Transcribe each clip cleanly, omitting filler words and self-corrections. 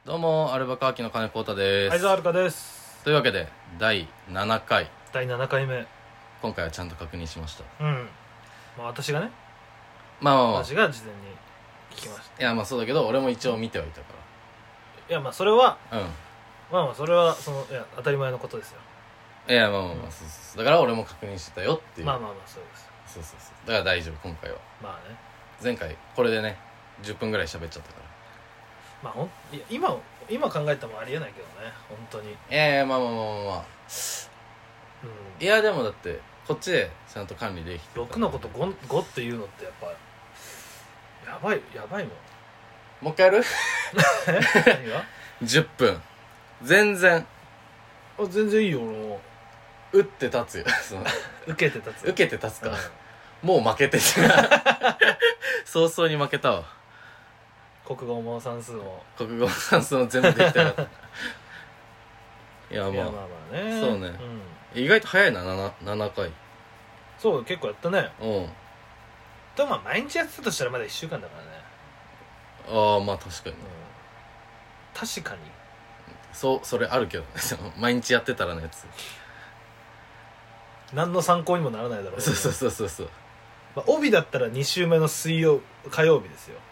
どうもアルバカーキの金ポータです。 相沢あるかです。 というわけで第7回、 第7回目。 今回はちゃんと確認しました。 まあ私がね、 まあ私が事前に聞きました。 いやまあそうだけど俺も一応見てはいたかいやまあそれはら。 まあそれは当たり前のことですよ。 いやまあそうだから俺も確認してたよっていう。 まあそうです。 そうだから大丈夫今回は。 まあね。 前回これでね10分ぐらい喋っちゃったから。 まあいや今考えてもありえないけどね、本当に。 いやまあいやでもだってこっちでちゃんと管理できてるから 6のこと 5っていうのってやっぱやばいもん。 もう一回やる何が 10分全然全然いいよ。俺も打って立つよその受けて立つ。 受けて立つか、もう負けてる早々に負けたわ。 国語も算数も国語算数も全部できたよいやまあまあね。 そうね、意外と早いな 7回。 そう結構やったね。 うんでもまあ毎日やってたとしたらまだ1週間だからね。 ああまあ確かに、 確かにそれあるけどね毎日やってたらのやつ。 何の参考にもならないだろうね。 そう、 まあ、帯だったら2週目の火曜日ですよ。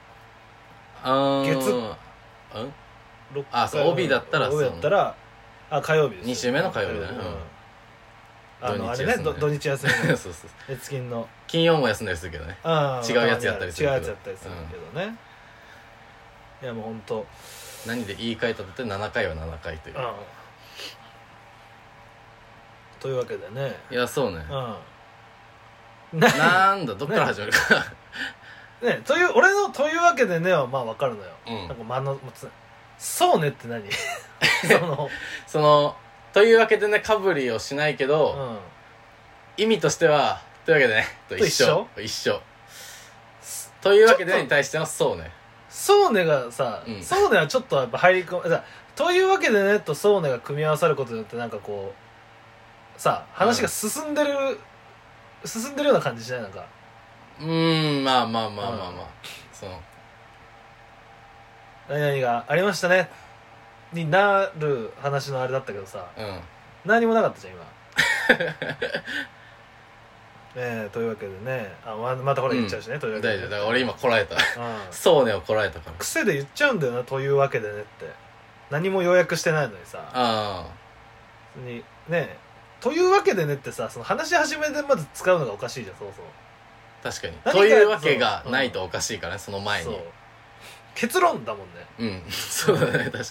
そう帯だったら火曜日ですよ。 2週目の火曜日だね、 あれね、土日休みのそう月金の金曜も休んだりするけどね。違うやつやったりするけどけどね、いやもうほんと何で言い換えたって7回は7回という、 というわけでね。 いやそうね、 なんだどっから始めるかね、俺のというわけでねはまあ分かるのよ、なんかそうねって何そのというわけでねかぶりをしないけど、意味としてはというわけでねと一緒というわけでねに対してのそうね。 そうねがさ、そうねはちょっとやっぱ入り込むというわけでねとそうねが組み合わさることによってなんかこうさ話が進んでるような感じしない？なんかまあその何々がありましたねになる話のあれだったけどさ、何もなかったじゃん今というわけでね、またこれ言っちゃうしね、というわけで大丈夫だから俺今こらえたそうねをこらえたから癖で言っちゃうんだよな、というわけでねって何も要約してないのにさというわけでねってさ、その話し始めでまず使うのがおかしいじゃん。そう確かにというわけがないとおかしいからね、その前にそう結論だもんね。 そうだね、確かに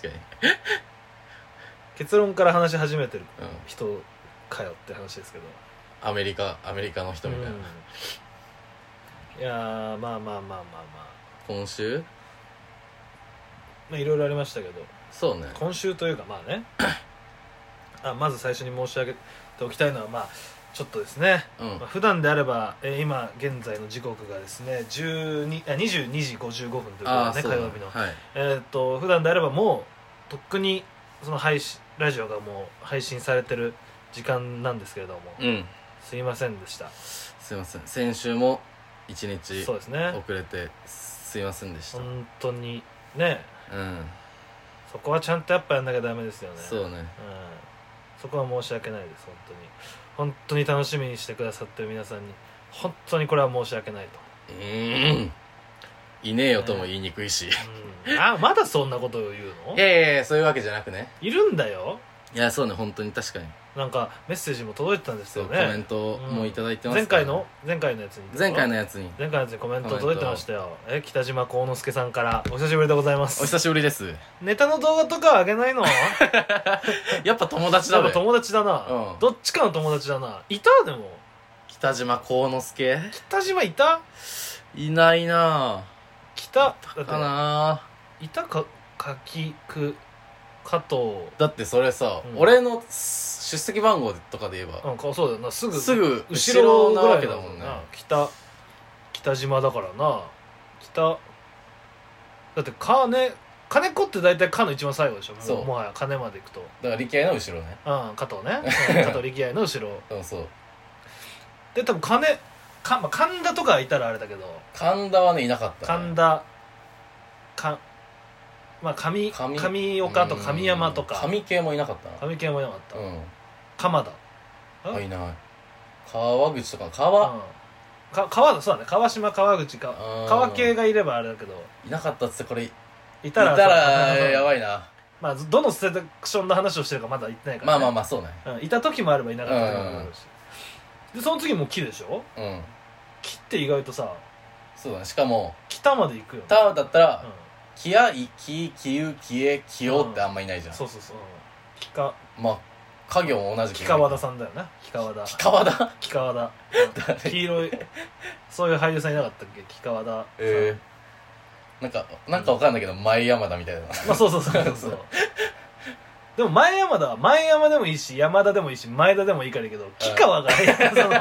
結論から話し始めてる人かよって話ですけど、 アメリカの人みたいな、 いやまあ今週いろいろありましたけど、 そうね、 今週というかまあねまず最初に申し上げておきたいのはちょっとですね、普段であれば、今現在の時刻がですね22時55分ということでね、火曜日の、普段であればもうとっくにそのラジオがもう配信されてる時間なんですけれども、すいませんでした。 すいません、先週も1日そうですね、 遅れてすいませんでした。 本当にね、そこはちゃんとやっぱやんなきゃダメですよね。 そうね、 そこは申し訳ないです。本当に楽しみにしてくださってる皆さんに本当にこれは申し訳ないと。 いねえよとも言いにくいし、 まだそんなことを言うの？ いやそういうわけじゃなくね、 いるんだよ。 いやそうね、本当に確かになんかメッセージも届いてたんですよね。 コメントもいただいてます、 前回のやつにコメント届いてましたよ。北島幸之助さんからお久しぶりでございます。 お久しぶりです。 ネタの動画とか上げないの？ やっぱ友達だね。 やっぱ友達だな、どっちかの友達だな。いた？でも北島幸之助、 北島いた？ いないな。 かないたか柿く加藤だってそれさ、俺の出席番号とかで言えばそうだよな、すぐ後ろなわけだもんね。 北島だからな。だって金子って大体かの一番最後でしょ。もはや金までいくとだから力也の後ろね。 加藤ね加藤力也の後ろそうで、多分神田とかいたらあれだけど、 神田はねいなかった、ね、 神田まあ上岡とか上山とか上系もいなかったな。 上系もいなかった、鎌田いない。川口とか川田そうだね、川島川口か川系がいればあれだけどいなかったっつって、これいたらやばいな。 まあどのセレクションの話をしてるかまだ言ってないから、ね、 まあそうね、 いた時もあればいなかった時もあるし、でその次もう木でしょ。木って意外とさ、 そうだね。しかも北まで行くよね。 田だったら、木や木ゆきえきよってあんまいないじゃん。 そうそうそう。 まあ家業も同じ木川田さんだよね。木川田黄色いそういう俳優さんいなかったっけ、木川田さん。 なんかわかんないけど前山田みたいな。 まあそうでも前山田は前山でもいいし山田でもいいし前田でもいいからいいけど、木川が確かに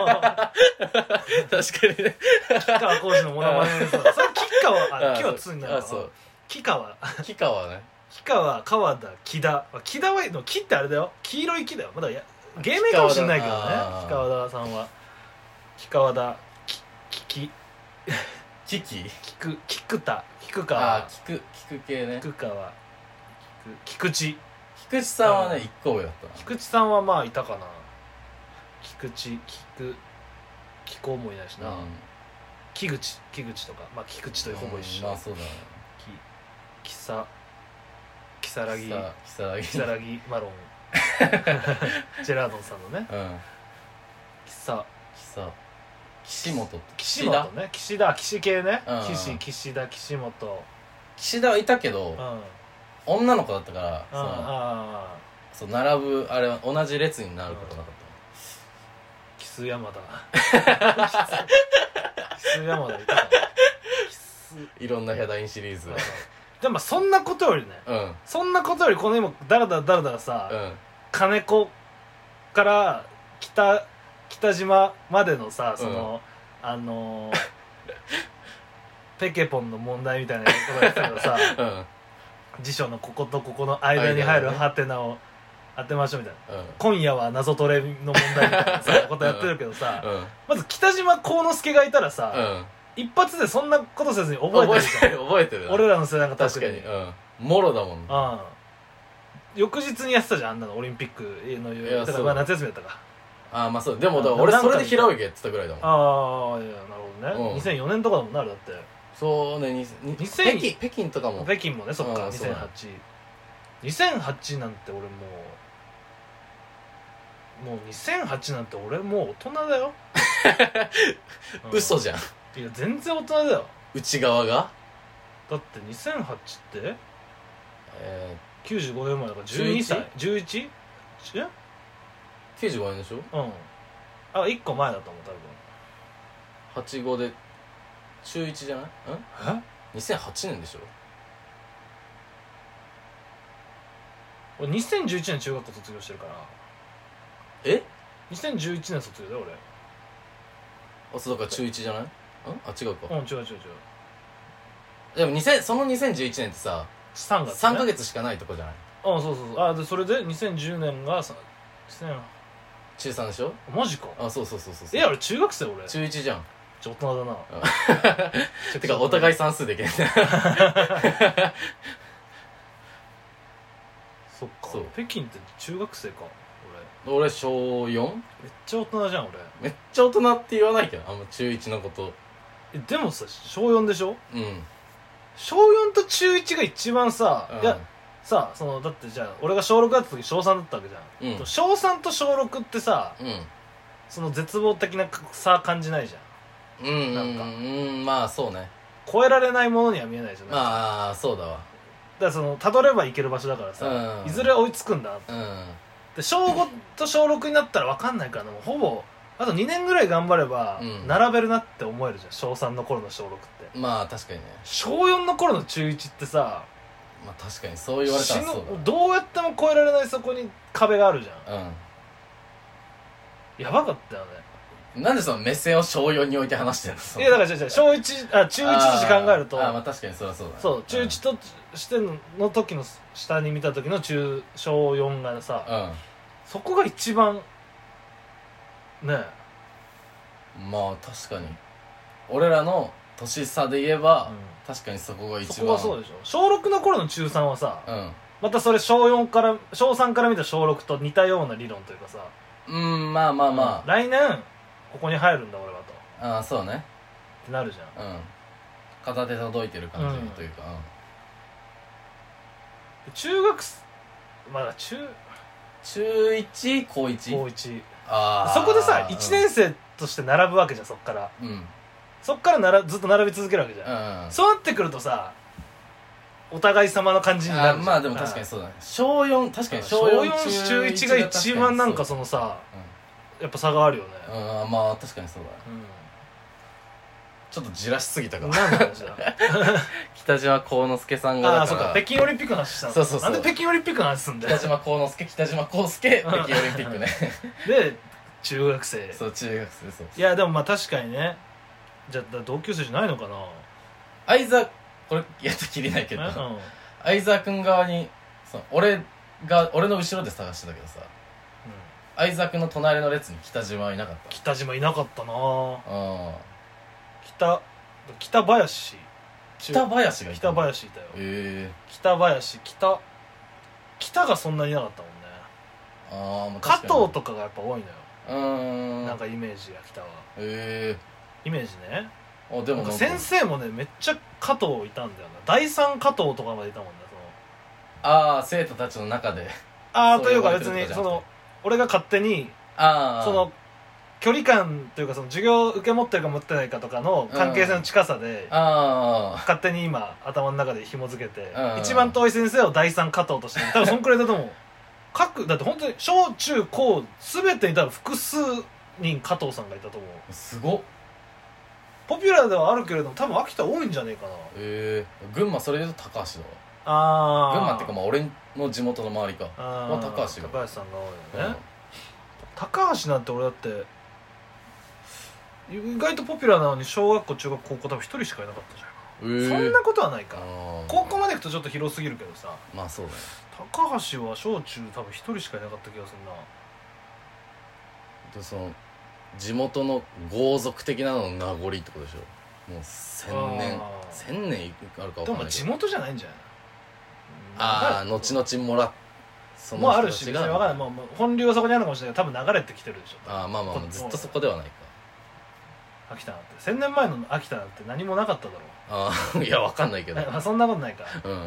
ね、 木川浩司のモノマネでさ、それ木川木は2になる。木川ね、木川川田木田はの木ってあれだよ、黄色い木だよ。まだ芸名かもしれないけどね。木川田さんは木川田菊川菊系ね。 菊池さんはね1個上だったな。 菊池さんはまあいたかな。菊池木久もいないしな。木口とか、まあ菊池とほぼ一緒。 まあそうだね。 如月マロンジェラードンさんのね。 岸本ね。岸系ね。岸田はいたけど、女の子だったからそう並ぶあれは同じ列になることなかった。 キス山田いたか。 いろんなヒャダインシリーズでもそんなことよりね、そんなことよりこの今だらだらさ、金子から北島までのさ、そのペケポンの問題みたいなことやってたけどさ、辞書のこことここの間に入るハテナを当てましょうみたいな、今夜は謎トレの問題みたいなさことやってるけどさ、まず北島幸之助がいたらさ、一発でそんなことせずに覚えてるじゃん。 覚えてる。 俺らの世代が確かにもろだもん。 翌日にやってたじゃん、あんなのオリンピックのだから夏休みだったか。 まあそう。でも俺それで平泳ぎやってたぐらいだもん。 いやなるほどね。2004年とかだもんな、あれだって。 そうね。北京とかも。 北京もね、そっか。2008なんて俺もう2008なんて俺もう大人だよ。 嘘じゃん。 いや全然大人だよ。 内側がだって2008って95年前だから12歳 11？ 95年でしょ。 1個前だと思う多分。85で中1じゃない？ 2008年でしょ。 俺2011年中学校卒業してるから。2011年卒業だよ俺。 そうだから中1じゃない？違うか。 違う。 でもその2011年ってさ 3 ヶ月しかないとこじゃない？ そうでそれで2010年が中3でしょ。 マジか。 そう俺中学生俺。 中1じゃん。 大人だな。 てかお互い算数できない。 そっか。北京って中学生か俺小 4？ めっちゃ大人じゃん俺。 めっちゃ大人って言わないけど中1のこと。 でもさ小4でしょ。小4と中1が一番さ、いやさだってじゃあ俺が小6だった時小3だったわけじゃん。小3と小6ってさ、その絶望的な差感じないじゃん。なんかまあそうね。 超えられないものには見えないじゃん。 まあそうだわ。 だからたどれば行ける場所だからさ、いずれ追いつくんだ。で小5と小6になったら分かんないから、もうほぼあと2年ぐらい頑張れば並べるなって思えるじゃん、小3の頃の小6って。 まあ確かにね。 小4の頃の中1ってさ、 まあ確かにそう言われたらそうだ。 どうやっても超えられないそこに壁があるじゃん。やばかったよね。 なんでその目線を小4に置いて話してんの？ いやだから小1中1として考えると、 まあ確かにそりゃそうだね。 そう中1としての時の下に見た時の小4がさ、そこが一番ね。 まあ確かに俺らの年差で言えば、 確かにそこが一番そこはそうでしょ。小6の頃の中3はさ、 うん、 またそれ小3から見た小6と似たような理論というかさ、 まあまあまあ、 来年ここに入るんだ俺はと、 ああそうねってなるじゃん。 片手届いてる感じというか、 中学まだ中 1高 1 高1、 あそこでさ1年生として並ぶわけじゃん。そっからそっからずっと並び続けるわけじゃん、そうなってくるとさお互い様の感じになるじゃん。 まあでも確かにそうだね。小4確かに小4 中1が一番なんかそのさ、やっぱ差があるよね。 まあ確かにそうだ、ちょっとじらしすぎたか何の話だ北島幸之助さんがだからそうか、北京オリンピックの話したの。 そうなんで北京オリンピックの話すんだよ。 北島幸之助北島康介北京オリンピックねで中学生。 そう中学生。そういやでもまあ確かにね。じゃあ同級生じゃないのかな。 相沢これやっときりないけど、相沢君側に俺の後ろで探してたけどさ、相沢君の隣の列に北島はいなかった。 北島いなかったな。北林がいた。 北林いたよ。北林北がそんなにいなかったもんね。加藤とかがやっぱ多いのよ。なんかイメージが北は。イメージね。でも先生もねめっちゃ加藤いたんだよな。第三加藤とかまでいたもんね。 生徒たちの中でというか別に俺が勝手にその距離感というかその授業受け持ってるか持ってないかとかの関係性の近さで勝手に今頭の中で紐付けて一番遠い先生を第三加藤として多分そんくらいだと思う。だって本当に小中高全てに多分複数人加藤さんがいたと思う。 すごっ。 ポピュラーではあるけれども多分秋田多いんじゃねえかな。 群馬それで言うと高橋だわ。群馬っていうかまあ俺の地元の周りかは高橋が。 高橋さんが多いよね。高橋なんて俺だって意外とポピュラーなのに小学校中学高校多分一人しかいなかったじゃん。そんなことはないか。高校まで行くとちょっと広すぎるけどさ。 まあそうだね。 高橋は小中多分一人しかいなかった気がするな。 その地元の豪族的なのの名残ってことでしょ。もう1000年あるか分かんないけど。 でも地元じゃないんじゃない。 後々もらっその人たちがもうあるし別に分かんない。もう本流はそこにあるのかもしれないけど多分流れてきてるでしょ。 まあずっとそこではないか。 秋田なんて1000年前の秋田なんて何もなかっただろう。いや分かんないけどそんなことないか。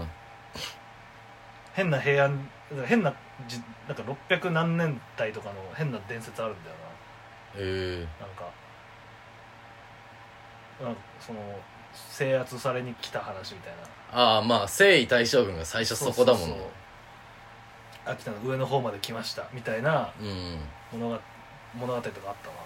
変な平安変ななんか600何年代とかの変な伝説あるんだよな。なんかその制圧されに来た話みたいな。 まあ征夷大将軍が最初そこだもんね。 秋田の上の方まで来ましたみたいな物語とかあったわ。なんか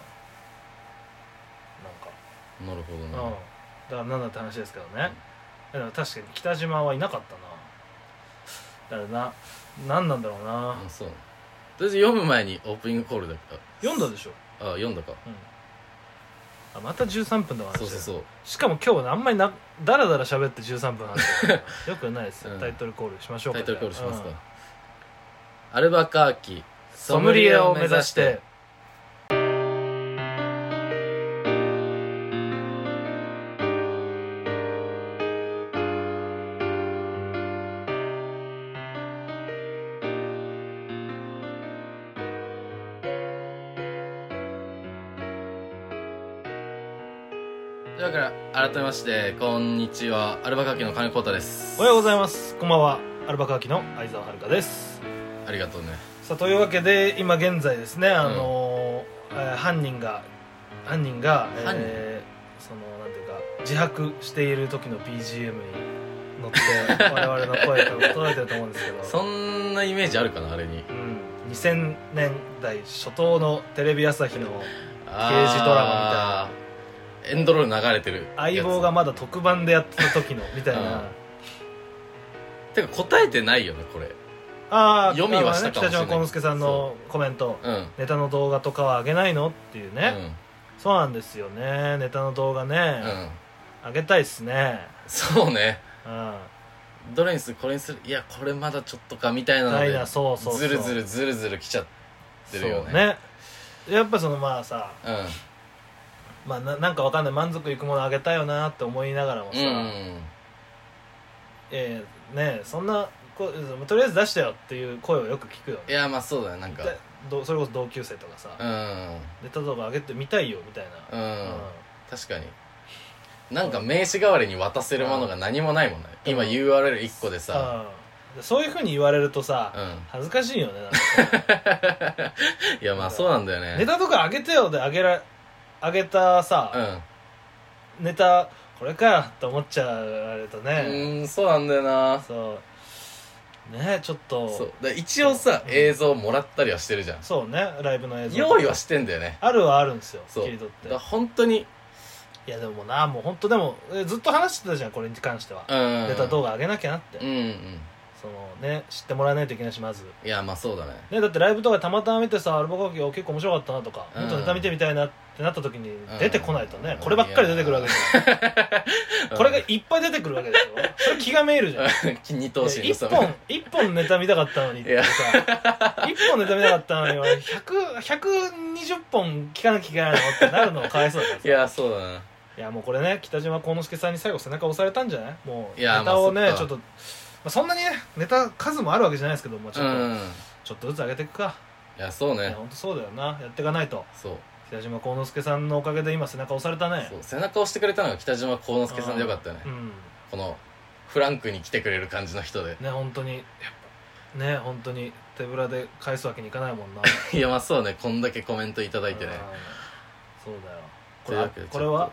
なるほどね。 だからなんだって話ですけどね。だから確かに北島はいなかったな。だから何なんだろうな。 そう。とりあえず読む前にオープニングコールだから読んだでしょ。 読んだか。 また13分とか話してる。 そうしかも今日はあんまりダラダラ喋って13分話してるよくないですよ。タイトルコールしましょうか。 タイトルコールしますか。アルバカーキソムリエを目指して。だから改めましてこんにちは、アルバカーキの金子太です。 おはようございます。こんばんは。アルバカーキの相沢遥です。 ありがとうね。 さあというわけで今現在ですね、犯人がそのなんていうか自白している時の BGM に乗って我々の声が届いてると思うんですけどそんなイメージあるかなあれに。 2000年代初頭のテレビ朝日の刑事ドラマみたいなエンドロール流れてる相棒がまだ特番でやってた時のみたいなてか答えてないよねこれ。読みはしたかもしれない。北島幸之助さんのコメント、ネタの動画とかは上げないのっていうね、そうなんですよね。ネタの動画ね、上げたいっすね。 そうね。どれにするこれにする、いやこれまだちょっとかみたいなのでずるずる来ちゃってるよね。そうね。 やっぱそのまあさ、まあなんかわかんない満足いくものあげたいよなって思いながらもさ、 ねそんなとりあえず出してよっていう声をよく聞くよね。 いやまあそうだね、なんかそれこそ同級生とかさ、ネタとか上げてみたいよみたいな、 確かになんか名刺代わりに渡せるものが何もないもんね、今 URL1 個でさ、 そういう風に言われるとさ、恥ずかしいよねなんかいやまあそうなんだよね。 ネタとか上げてよで上げたさ、ネタこれかよって思っちゃわれるとね、 そうなんだよな。 そうね、ちょっとそうだ、一応さ、映像もらったりはしてるじゃん。 そうね、ライブの映像用意はしてんだよね。 あるはあるんですよ、 そう切り取って。 だ本当にいやでもな、もう本当でもずっと話してたじゃん、これに関しては。ネタ動画上げなきゃなって、そのね、知ってもらわないといけないし、まずいやまあそうだね。 だってライブとかたまたま見てさ、アルバカキ結構面白かったなとか、もっとネタ見てみたいなってなった時に出てこないとね、こればっかり出てくるわけじゃんこれがいっぱい出てくるわけでしょ。それ気がめいるじゃん二頭身のさ、 一本ネタ見たかったのにってさ、一本ネタ見たかったのに120本聞かなきゃいけないのってなるのがかわいそうだからさ。 いやそうだな。 いやもうこれね、北島康之助さんに最後背中押されたんじゃない。もうネいやタをね、 まあちょっと、そんなにねネタ数もあるわけじゃないですけども、ちょっとずつ上げていくか。 いやそうね、 本当そうだよな、やっていかないと。 そう、 北島康之助さんのおかげで今背中押されたね。 そう、背中押してくれたのが北島康之助さんでよかったよね、このフランクに来てくれる感じの人でね、本当にやっぱね、本当に手ぶらで返すわけにいかないもんないやまあそうね、こんだけコメントいただいてね。 そうだよ。 これは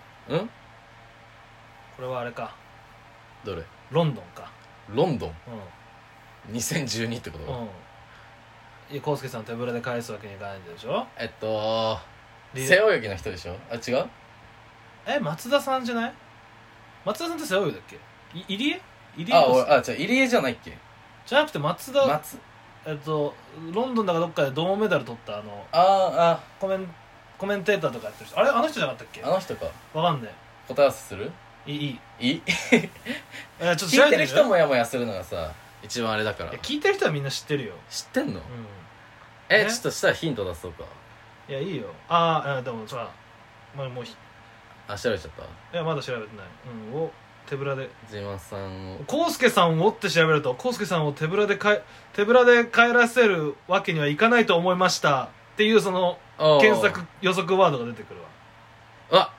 これはあれか、 どれ？ ロンドンか。 ロンドン、2012ってこと？ いや、康介さん手ぶらで返すわけにいかないんでしょ。 背泳ぎの人でしょ。あ、違う？ 松田さんじゃない？松田さんって背泳ぎだっけ？入江じゃあ入江じゃないっけ？ じゃなくてロンドンだかどっかで銅メダル取ったコメンテーターとかやってる人、あれあの人じゃなかったっけ？ あの人か。 わかんねえ。答え合わせする？ いいちょっと聞いてる人もやもやするのがさ一番あれだから。 聞いてる人はみんな知ってるよ。 知ってんの？ちょっとしたらヒント出そうか。 いやいいよ。でもさ、もう調べちゃった？ いやまだ調べてない。を手ぶらで自慢さんを康介さんをって調べると、康介さんを手ぶらで帰らせるわけにはいかないと思いましたっていうその検索予測ワードが出てくるわ。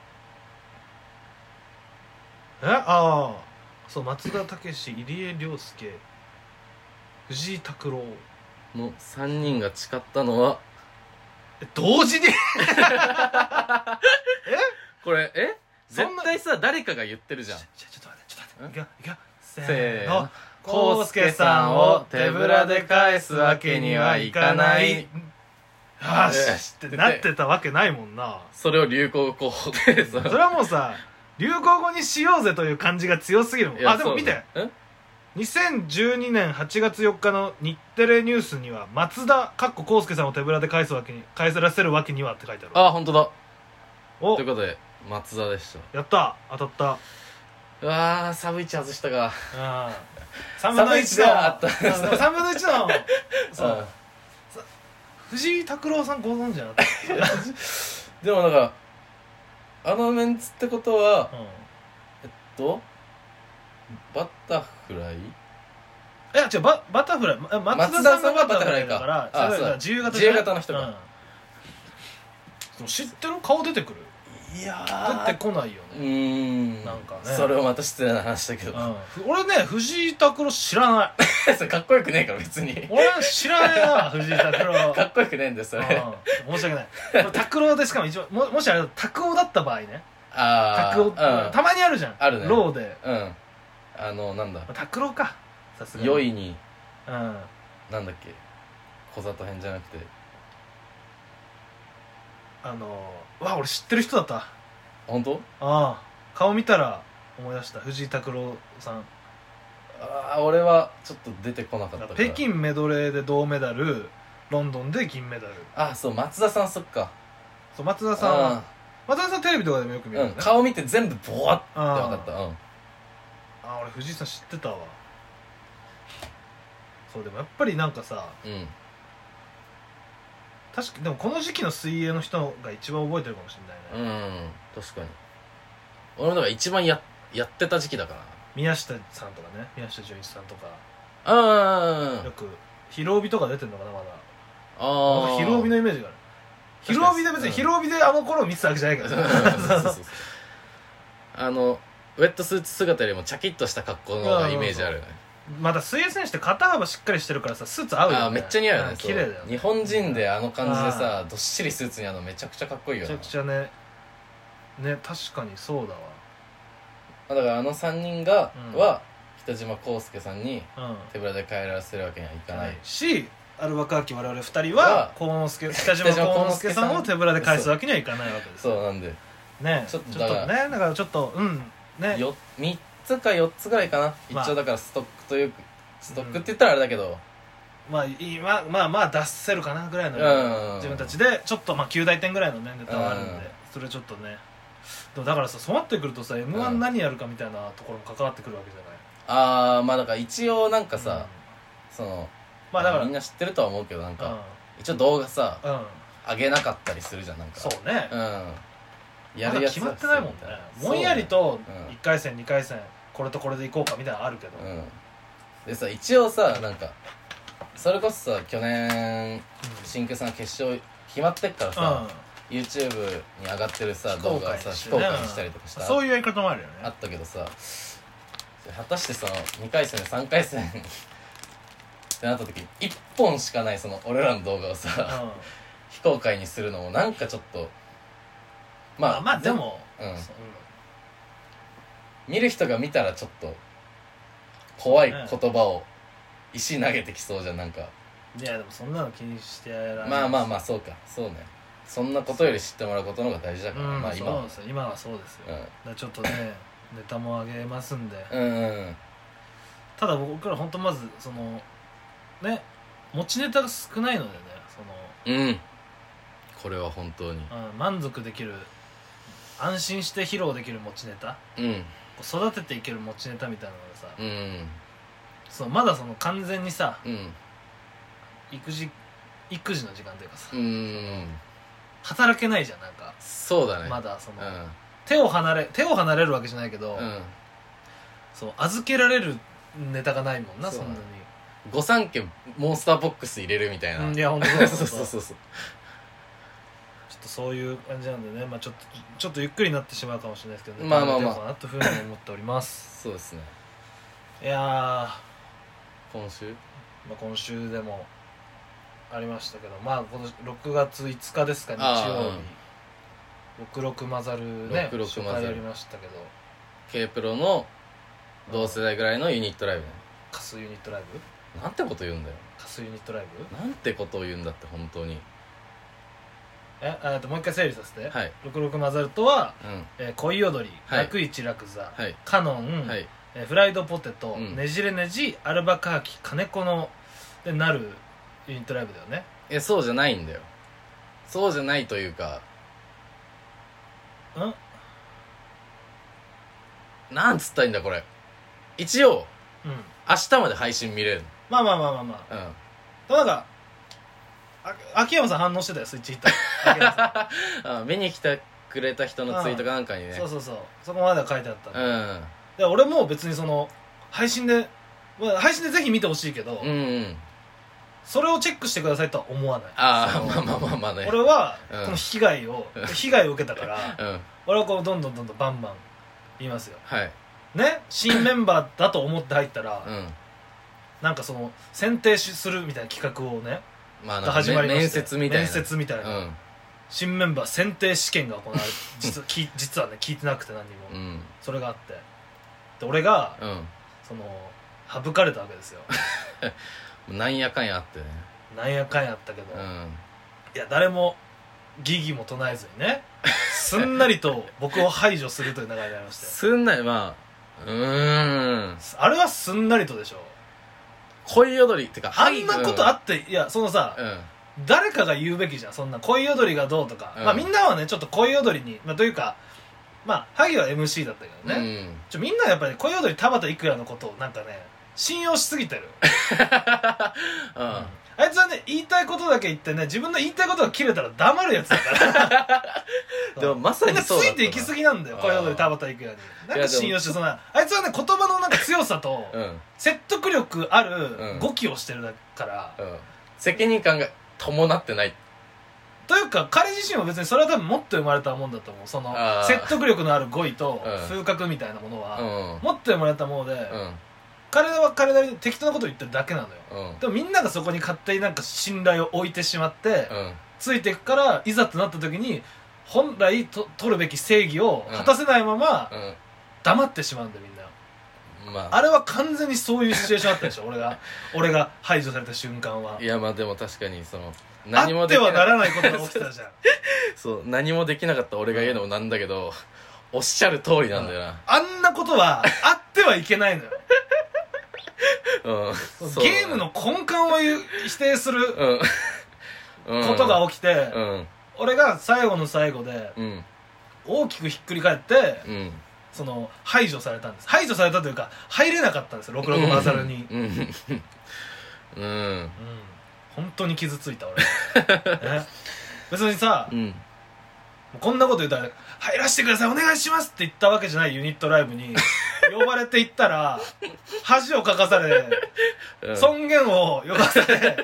そう、松田丈志、入江陵介、藤井拓郎の3人が誓ったのは同時にこれ絶対さ誰かが言ってるじゃん。 ちょっと待って、いくよせーの。康介さんを手ぶらで返すわけにはいかない。 よしってなってたわけないもんな。 それを流行語候補でそれはもうさ、流行語にしようぜという感じが強すぎるもん。でも見て、2012年8月4日の日テレニュースには松田康介さんを手ぶらで返らせるわけにはって書いてある。 本当だ。ということで松田でした。 やった、当たった。 うわー、サブ1外したか。 3分の1ではあった3分の1のそう藤井拓郎さんご存知じゃなかったでもなんかあのメンツってことは、バタフライ？ いや違う、バタフライ、松田さんがバタフライだから、自由形の人か。 知ってる？顔出てくる？いや出てこないよね。なんかね、 それはまた失礼な話だけど、 俺ね、藤井拓郎知らないそれかっこよくねえから別に。 俺知らないな藤井拓郎かっこよくねえんだよそれ。 申し訳ない。拓郎でしかも一応もしあれ拓郎だった場合ね。拓郎たまにあるじゃん。 あるね。 ローでなんだ拓郎か、さすがに良いになんだっけ、小里編じゃなくて俺知ってる人だった。 本当？ 顔見たら思い出した。藤井拓郎さん。 俺はちょっと出てこなかったから。 北京メドレーで銅メダル、ロンドンで銀メダル。 そう、松田さん。そっか。 そう、松田さんテレビとかでもよく見るよね。 顔見て全部ボワッて分かった。 俺藤井さん知ってたわ。そうでもやっぱりなんかさ、確かにでもこの時期の水泳の人が一番覚えてるかもしれないね。 確かに。俺もだから一番やってた時期だから。 宮下さんとかね、宮下純一さんとかあよくひろ帯とか出てんのかなまだ。 あひろ帯のイメージがある。ひろ帯で別にひろ帯であの頃見てたわけじゃないからね。 ウェットスーツ姿よりもチャキッとした格好の方がイメージあるよね。 また水泳選手って肩幅しっかりしてるからさ、スーツ合うよね。 めっちゃ似合うよね。 綺麗だよね。 日本人であの感じでさ、どっしりスーツにあるのめちゃくちゃかっこいいよね。 めちゃくちゃね確かにそうだわ。 だからあの3人が、は北島康介さんに手ぶらで帰らせるわけにはいかない、 し、アルバカーキ我々2人は北島康介さんを手ぶらで返すわけにはいかないわけです。 そうなんでね、ちょっとね、だからちょっとね、 3つか4つぐらいかな、一応だからストックというストックって言ったらあれだけど、まあ出せるかなぐらいの自分たちでちょっと9大点ぐらいのねネタはあるんで、それちょっとね。でもだからさ、そうなってくるとさ M1 何やるかみたいなところも関わってくるわけじゃない。 だから一応なんかさ、そのだからみんな知ってるとは思うけど、なんか一応動画さ上げなかったりするじゃん。なんかそうね、 やるやつ決まってないもんね。ぼんやりと1回戦2回戦これとこれでいこうかみたいなのあるけど、 でさ、一応さ、なんかそれこそさ、去年新旧さん決勝決まってっからさ、YouTube に上がってるさ動画をさ非公開にしたりとかした、 そういうやり方もあるよね。 あったけどさ、果たしてその2回戦3回戦ってなった時1本しかないその俺らの動画をさ、非公開にするのもなんかちょっとでも見る人が見たらちょっと怖い言葉を石投げてきそうじゃん。なんかいやでもそんなの気にしてやらない。そうか、そうね。そんなことより知ってもらうことの方が大事だから、 今はそうですよ。今はそうですよ。だからちょっとねネタも上げますんで、ただ僕ら本当まずそのね持ちネタが少ないのでね、そのこれは本当に満足できる、安心して披露できる持ちネタ、育てていける持ちネタみたいなのがさ、そうまだその完全にさ、育児の時間というかさ、働けないじゃん。なんかそうだね、 まだその、手を離れるわけじゃないけど、そう預けられるネタがないもんな。そんなに御三家モンスターボックス入れるみたいな、 いや本当そうそうちょっとそういう感じなんでね、ちょっとゆっくりになってしまうかもしれないですけどね、かなというふうに思っておりますそうですね。 いや今週今週でもありましたけど、この6月5日ですか、日曜日、66マザルね、初回やりましたけど、 K プロの同世代ぐらいのユニットライブね。 カスユニットライブなんてこと言うんだよ。 カスユニットライブなんてことを言うんだって本当に。 もう一回整理させて、 はい、 66マザルとは、恋踊り、楽市楽座、カノン、フライドポテト、ねじれねじ、アルバカーキ、金子のでなるユニットライブだよね。 そうじゃないんだよ。そうじゃないというか、なんつったらいいんだこれ。一応、明日まで配信見れる。 なんか秋山さん反応してたよ、スイッチヒッター見に来てくれた人のツイートかなんかにね、 そうそこまでは書いてあったで、俺も別にその配信でぜひ見てほしいけど、それをチェックしてくださいとは思わない。ね、俺はこの被害を受けたから、俺はこうどんどんバンバン言いますよ。ね、新メンバーだと思って入ったら、なんかその選定するみたいな企画をね、始まりまして、面接みたいな、新メンバー選定試験が行われて実はね聞いてなくて何にも、それがあって、で俺が、その省かれたわけですよなんやかんやあってね、 なんやかんやあったけど、いや誰も疑義も唱えずにねすんなりと僕を排除するという流れになりましてすんなりあれはすんなりとでしょ。 恋踊りってかあんなことあって、いやそのさ、誰かが言うべきじゃん。そんな恋踊りがどうとか、みんなはねちょっと恋踊りに、というか萩は MC だったけどね、みんなやっぱり恋踊り田畑郁也のことをなんかね信用しすぎてるあいつはね言いたいことだけ言ってね、自分の言いたいことが切れたら黙るやつだからでもまさにそうだったな。 ついていきすぎなんだよ、これほど田畑育也に。なんか信用して、そんなあいつはね言葉のなんか強さと説得力ある語気をしてるから、 責任感が伴ってないというか彼自身は別にそれは多分持って生まれたもんだと思う。その説得力のある語彙と風格みたいなものは持って生まれたもので、彼は彼なりに適当なことを言ってるだけなのよ、でもみんながそこに勝手になんか信頼を置いてしまって、ついていくから、いざとなった時に本来取るべき正義を果たせないまま黙ってしまうんだよみんな、あれは完全にそういうシチュエーションあったでしょ俺が排除された瞬間は。 いやまあでも確かにその何もできはならないことが起きてたじゃんそう何もできなかった俺が言うのもなんだけど、おっしゃる通りなんだよな、 あんなことはあってはいけないのよゲームの根幹を否定することが起きて、俺が最後の最後で大きくひっくり返って、その排除されたんです。排除されたというか入れなかったんですよ、66マザルに。本当に傷ついた俺ね、別にさ、こんなこと言ったら入らせてくださいお願いしますって言ったわけじゃないユニットライブに呼ばれて行ったら恥をかかされ、尊厳をよかされ、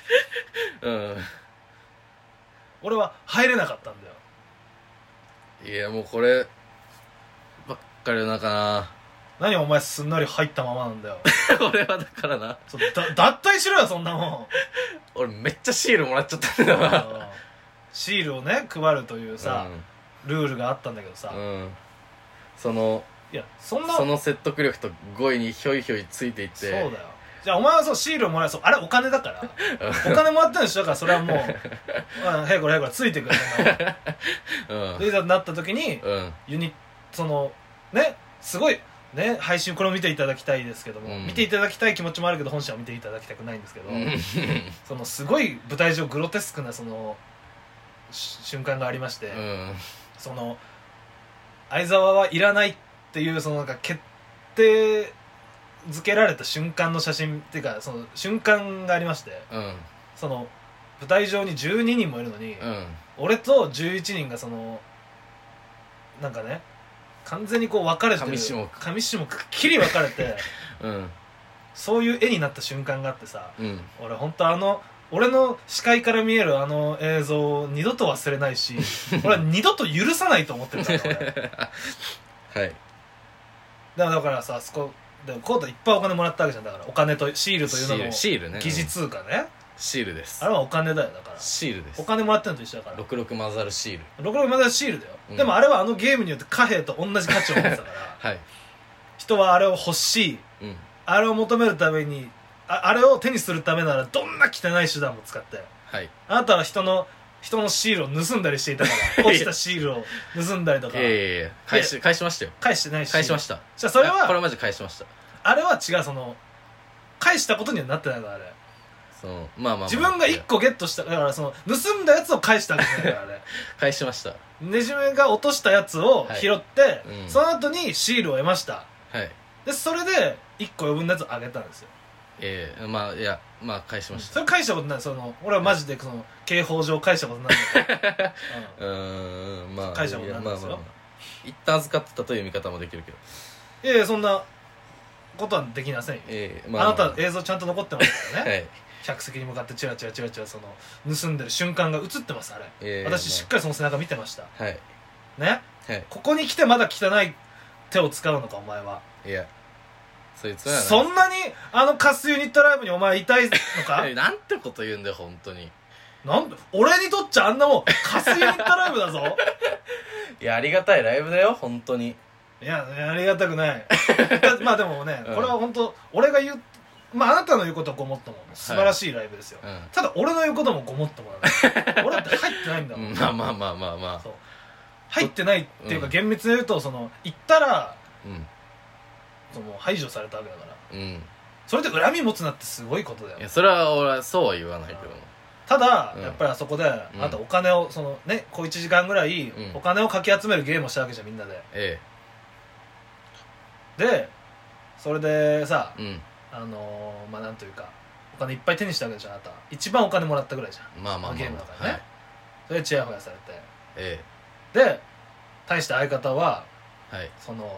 俺は入れなかったんだよ。 いやもうこればっかりだな。 何お前すんなり入ったままなんだよ俺はだからな、 脱退しろよそんなもん俺めっちゃシールもらっちゃったんだよなシールをね配るというさ、ルールがあったんだけどさ、 そのいやその説得力と語彙にひょいひょいついていって、 そうだよ。じゃあお前はそうシールをもらえ、そうあれお金だからお金もらってるんでしょ、だからそれはもうへいこらへいこらついてくるでいざなった時に、そのねすごいね配信これを見ていただきたいですけども、見ていただきたい気持ちもあるけど本社は見ていただきたくないんですけど、そのすごい舞台上グロテスクなその瞬間がありまして、その相沢はいらないっていうそのなんか決定づけられた瞬間の写真っていうかその瞬間がありまして、その舞台上に12人もいるのに、俺と11人がそのなんかね完全にこう分かれてる上下くっきり分かれて、そういう絵になった瞬間があってさ、俺本当俺の視界から見えるあの映像を二度と忘れないし俺は二度と許さないと思ってるから俺はいだからさ、そこでコートいっぱいお金もらったわけじゃん。だからお金とシールというのもシールね、 疑似通貨ね、 シールです。 あれはお金だよ。だからシールです。 お金もらってるのと一緒だから 66マザルシール、 66マザルシールだよ、でもあれはあのゲームによって貨幣と同じ価値を持ってたから人はあれを欲しい、あれを求めるためにあれを手にするためならどんな汚い手段も使って、あなたは人のシールを盗んだりしていたから落ちたシールを盗んだりとか返しましたよ。 返してないし、 返しました。 じゃあそれはこれはマジ返しました。 あれは違う、その返したことにはなってないからあれ、自分が1個ゲットしただからその盗んだやつを返したわけじゃないからあれ返しました。 ねじめが落としたやつを拾って、その後にシールを得ました、でそれで1個余分なやつをあげたんですよ。 返しました。 それ返したことない。その俺はマジでその刑法上返したことないんだけど返したことないんですよ。 一旦預かってたという見方もできるけど、 いやそんなことはできませんよ。あなた映像ちゃんと残ってますからね客席に向かってチラチラその盗んでる瞬間が映ってますあれ、私しっかりその背中見てましたね、ここに来てまだ汚い手を使うのかお前は。いやそいつはそんなにカスユニットライブにお前いたいのかなんてこと言うんだよ本当に。 なんで俺にとっちゃあんなもんカスユニットライブだぞいやありがたいライブだよ本当に。 いやありがたくないまあでもね、これは本当俺が言うあなたの言うことはごもっとも素晴らしいライブですよ、ただ俺の言うこともごもっともなんだ俺だって入ってないんだもんまあそう入ってないっていうか、厳密に言うとその言ったら、その排除されたわけだから、それで恨み持つなってすごいことだよ。 いやそれは俺はそうは言わないけども、 ただ、やっぱりあそこであなたお金をそのね小1時間ぐらいお金をかき集めるゲームをしたわけじゃんみんなで、でそれでさ、なんというかお金いっぱい手にしたわけじゃん。あなた一番お金もらったぐらいじゃん。 まあまあまあ、 ゲームだからね、 はい、 それでチヤホヤされて、 えで対して相方はえ、はいその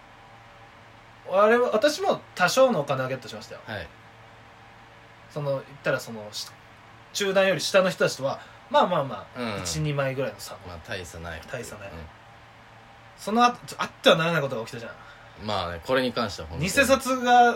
私も多少のお金をゲットしましたよ。 はい、 その言ったらその中段より下の人たちとはまあまあまあ、 うん、 12枚ぐらいの差も、 まあ大差ない、 大差ない、その後あってはならないことが起きたじゃん。 まあね、これに関しては本当に偽札が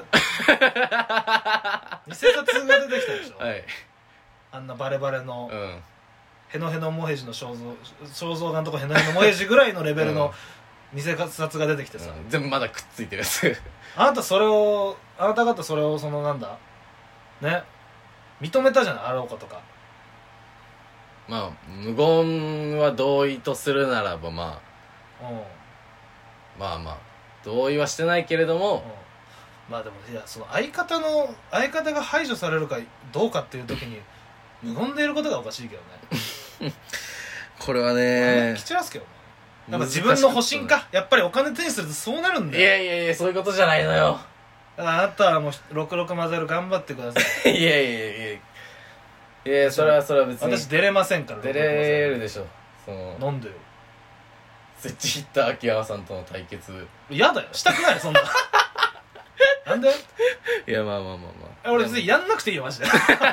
偽札が出てきたでしょ、 はい、 あんなバレバレの、 うん、 ヘノヘノモヘジの肖像画のとこヘノヘノモヘジぐらいのレベルの偽札が出てきてさ、 全部まだくっついてるやつあなた方それをそのなんだね認めたじゃない、あろうことか。 まあ無言は同意とするならばまあ、まあまあ同意はしてないけれども、 まあでもいやその相方が排除されるかどうかっていう時に無言でいることがおかしいけどねこれはねきちらすけどね、やっぱ自分の保身か、やっぱりお金手にするとそうなるんだよ。 いやそういうことじゃないのよ。 だからあなたはもう66混ぜる頑張ってくださいいやそれは別に私出れませんから。 出れるでしょ。そのなんでよ。 スイッチヒッター秋山さんとの対決。 嫌だよ、したくないそんななんで。 いやまあ俺別にやんなくていいよマジで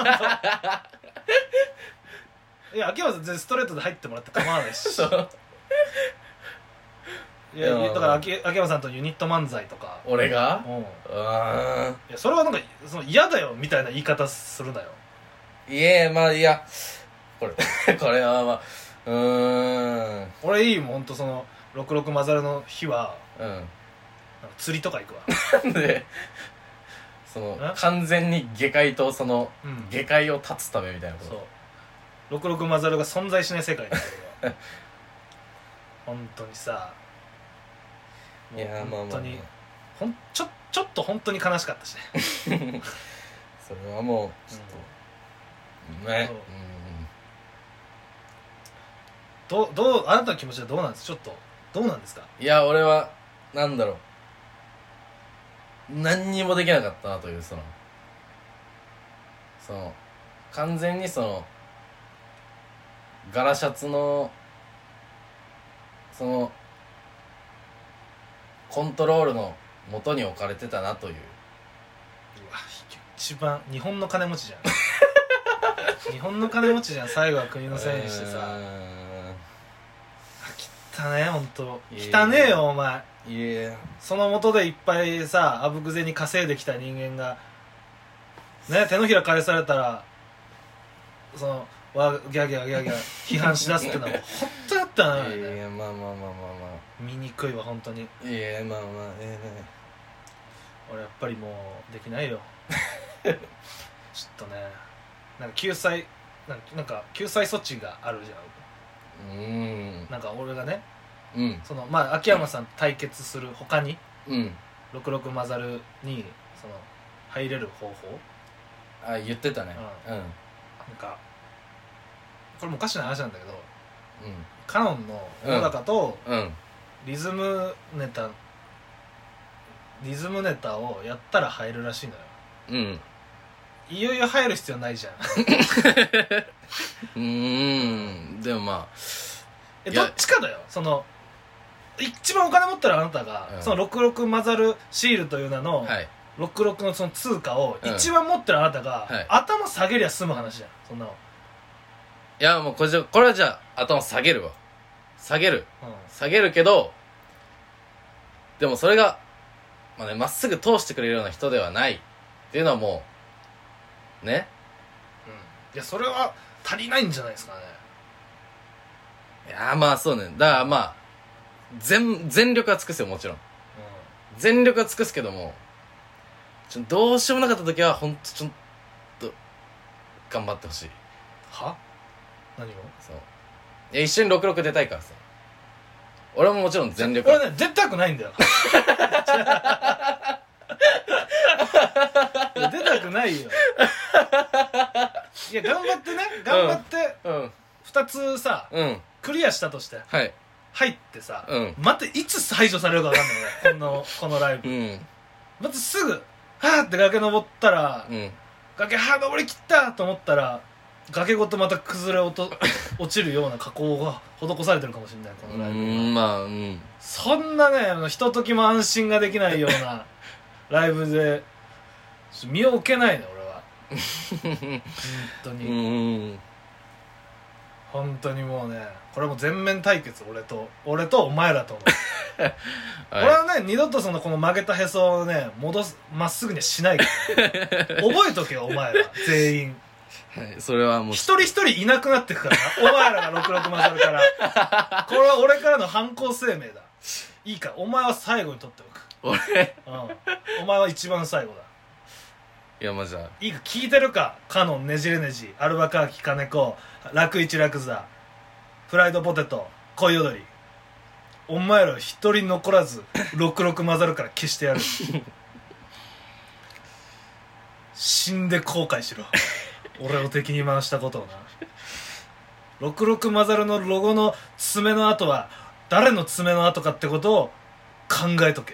いや秋山さん全然ストレートで入ってもらって構わないしいやだから秋山さんとユニット漫才とか俺がいやそれはなんかその嫌だよみたいな言い方するなよ。 まあいやこれはまあ俺いいもんほんとその66混ざるの日はなんか釣りとか行くわなんでその完全に下界とその、下界を断つためみたいなこと。 そう66混ざるが存在しない世界だよ本当にさ。 いやまあまあちょっと本当に悲しかったしねそれはもうちょっと、ね、 どうあなたの気持ちはどうなんですか。ちょっとどうなんですか。 いや俺はなんだろう、何にもできなかったなという、その完全にその柄シャツのそのコントロールの元に置かれてたなという。 うわ一番日本の金持ちじゃん日本の金持ちじゃん。最後は国のせいにしてさ汚ねえほんと汚ねえよお前。その元でいっぱいさあぶくぜに稼いできた人間がね手のひら返されたらそのギャー批判しだすってのは本当だったなまあ醜いわ本当に。俺やっぱりもうできないよちょっとねなんか救済措置があるじゃん。なんか俺がね、そのまあ秋山さんと対決する他に、66混ざるにその入れる方法言ってたね。 なんかこれもおかしな話なんだけど、カノンの小高とリズムネタをやったら入るらしいのよ。いよいよ入る必要ないじゃんでもまあどっちかだよ。その一番お金持ったらあなたが、その66混ざるシールという名の、66のその通貨を一番持ってるあなたが、頭下げりゃ済む話じゃんそんなの。 いやもうこれはじゃあ頭下げるわ。下げるけど、でもそれがまあね、まっすぐ通してくれるような人ではないっていうのはもうね、 いやそれは足りないんじゃないですかね。 いやまあそうね。だからまあ全力は尽くすよもちろん、全力は尽くすけどもどうしようもなかった時はほんとちょっと頑張ってほしい。 は何を。 そういや一緒に66出たいからさ。俺ももちろん全力。 俺はね出たくないんだよいや出たくないよいや頑張って、2つさ、クリアしたとして、入ってさ、またいつ排除されるか分かんないねこのライブ、またすぐはーって崖登ったら、 崖登りきったと思ったら崖ごとまた崩れ落ちるような加工が施されてるかもしれないこのライブまあそんなねひとときも安心ができないようなライブで身を置けないね俺は本当に本当にもうねこれも全面対決俺とお前らとのはい、俺はね二度とこの曲げたへそをねまっすぐにはしないから覚えとけよお前ら全員はい、それはもう一人一人いなくなってくからなお前らが66マザルからこれは俺からの反抗声明だいいかお前は最後に取っておく俺、 お前は一番最後だいやまあじゃあいいか聞いてるかカノンねじれねじアルバカーキ金子楽一楽座フライドポテト恋踊りお前ら一人残らず66マザルから消してやる死んで後悔しろ俺を敵に回したことをな66マザルのロゴの爪の跡は誰の爪の跡かってことを考えとけ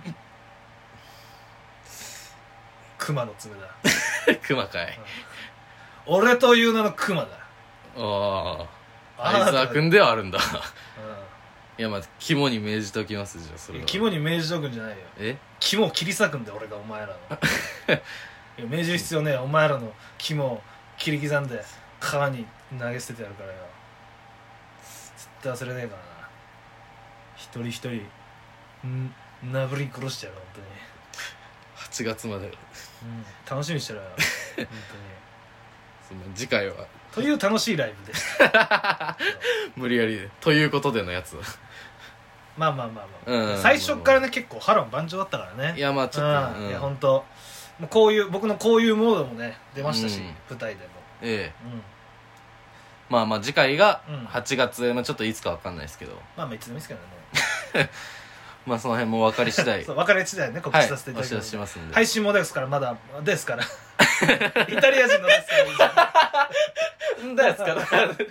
熊の爪だ熊かい、 俺という名の熊だあ相沢君ではあるんだいやまあ肝に銘じておきますじゃあそれは肝に銘じておくんじゃないよ肝を切り裂くんだよ俺がお前らのいや銘じる必要ねえお前らの肝を切り刻んで川に投げ捨ててやるからよ絶対忘れねえからな一人一人なぶり殺してやる本当に 8月まで、 楽しみにしてろよ本当にその次回はという楽しいライブでした無理やりということでのやつまあ、最初からね結構波乱万丈だったからねいやまあちょっと、 いや本当もうこういう僕のこういうモードもね出ましたし、舞台でもまあ次回が8月、ちょっといつか分かんないですけどまあいつでもいいですけどねまあその辺も分かり次第そう分かり次第ね告知させていただきます、 お知らせしますんで配信もですからまだですからイタリア人のですからんだやつか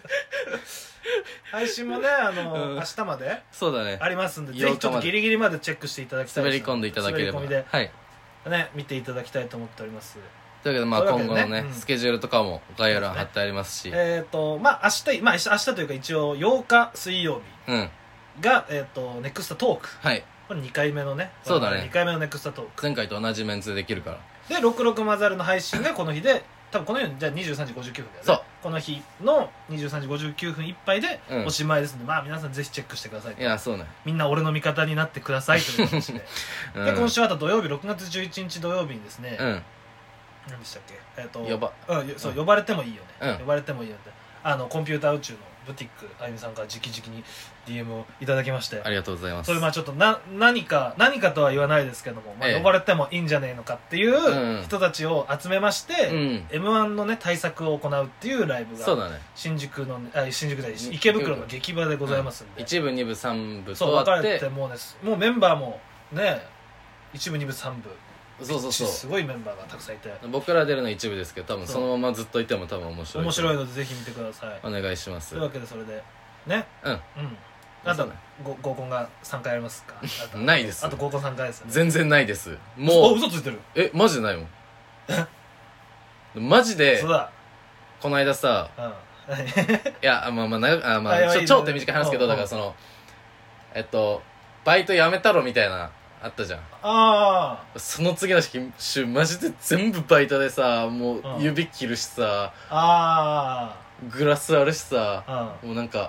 配信もね明日までそうだねありますんでぜひちょっとギリギリまでチェックしていただきたいです滑り込んでいただければ滑り込みではいね見ていただきたいと思っておりますというわけでまあ今後のねスケジュールとかも概要欄貼ってありますしまあ明日というか一応8日水曜日がネクストトークはいこれ2回目のねそうだね 2回目のネクストトーク前回と同じメンツでできるからで66マザルの配信がこの日で多分この日じゃあ23時59分だよねそうこの日の23時59分いっぱいでおしまいですので、まあ皆さんぜひチェックしてくださいいやそうねみんな俺の味方になってくださいという話で、で今週あと土曜日6月11日土曜日にですね、何でしたっけ呼ばれてもいいよね、呼ばれてもいいよってコンピューター宇宙のブティックあゆみさんから直々に DM をいただきましてありがとうございますそれまあちょっと何かとは言わないですけども、呼ばれてもいいんじゃねえのかっていう人たちを集めまして、M1 のね対策を行うっていうライブがそうだね新宿で池袋の劇場でございますんで、 1部2部3部そう分かれてもうメンバーもね1部2部3部そうすごいメンバーがたくさんいて僕ら出るの一部ですけど多分そのままずっといても多分面白いのでぜひ見てくださいお願いしますというわけでそれでねあと合コンが3回ありますかないですあと合コン3回ですよね全然ないですもう嘘ついてるマジでないもんマジでそうだこの間さいや超手短い話すけどだからそのバイトやめたろみたいなあったじゃんその次の週マジで全部バイトでさもう指切るしさグラスあるしさもうなんか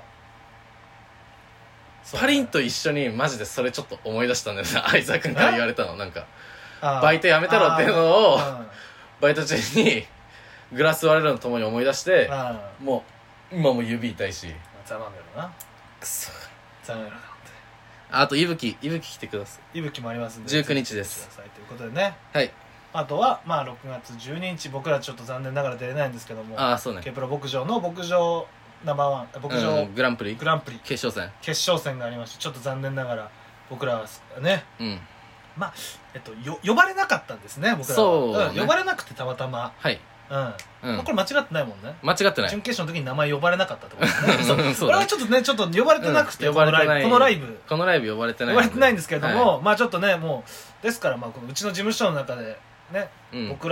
パリンと一緒にマジでそれちょっと思い出したんだよね相沢君から言われたのなんかバイトやめたろっていうのをバイト中にグラス割れるのともに思い出してもう今も指痛いしざまめろなくそざまめろなあといぶき来てくださいいぶきもありますんで 19日ですということでねはいあとはまあ6月12日僕らちょっと残念ながら出れないんですけどもそうねケプロ牧場の牧場ナンバーワン牧場グランプリ決勝戦がありましてちょっと残念ながら僕らはねまあ呼ばれなかったんですね僕らは呼ばれなくてたまたまはいこれ間違ってないもんね間違ってない準決勝の時に名前呼ばれなかったってことですねこれはちょっと呼ばれてなくてこのライブ呼ばれてないんですけれどもまあちょっとねもうですからまあこのうちの事務所の中でね僕らを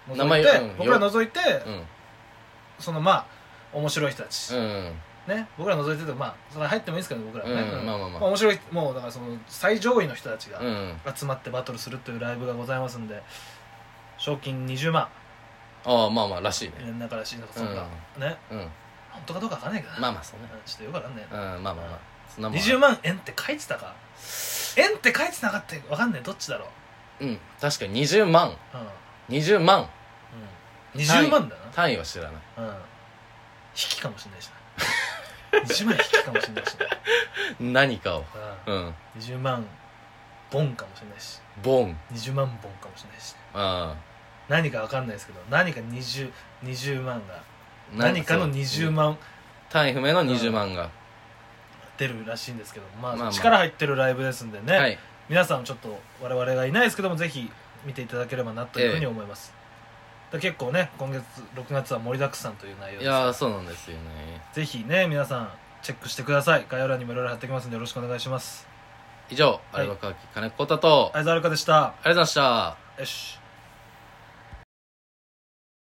名前僕ら除いて、 うん、 そのまあ面白い人たち、 うんね、僕ら除いててまあそれ入ってもいいですけど僕らはね、 うん、まあ面白い、もうだからその最上位の人たちがうん集まってバトルするというライブがございますんで、賞金20万。 ああまあまあらしいね。 だかららしい、なんかそんな、ね、 うん、 本当かどうかわかんないけどな。 まあまあそうね、 ちょっとよくわかんないな。 まあまあまあそんなもん 20万円って書いてたか、円って書いてなかったわかんない、どっちだろう。 確かに20万、20万、 20万だな。 単位は知らない。 引きかもしれないしな20万引きかもしれないしな何かを、 20万ボンかもしれないし、 ボン 20万ボンかもしれないし、 あ何かわかんないですけど、何か20万が何かの20万単位不明の20万が出るらしいんですけど、まあ、 まあ力入ってるライブですんでね、 はい、 皆さんちょっと我々がいないですけどもぜひ見ていただければなというふうに思います、結構ね今月6月は盛りだくさんという内容です。 いやそうなんですよね。 ぜひね皆さんチェックしてください。概要欄にもいろいろ貼っておきますのでよろしくお願いします。 以上、有馬川木金子太と相沢るかでした。 ありがとうございました。 よし。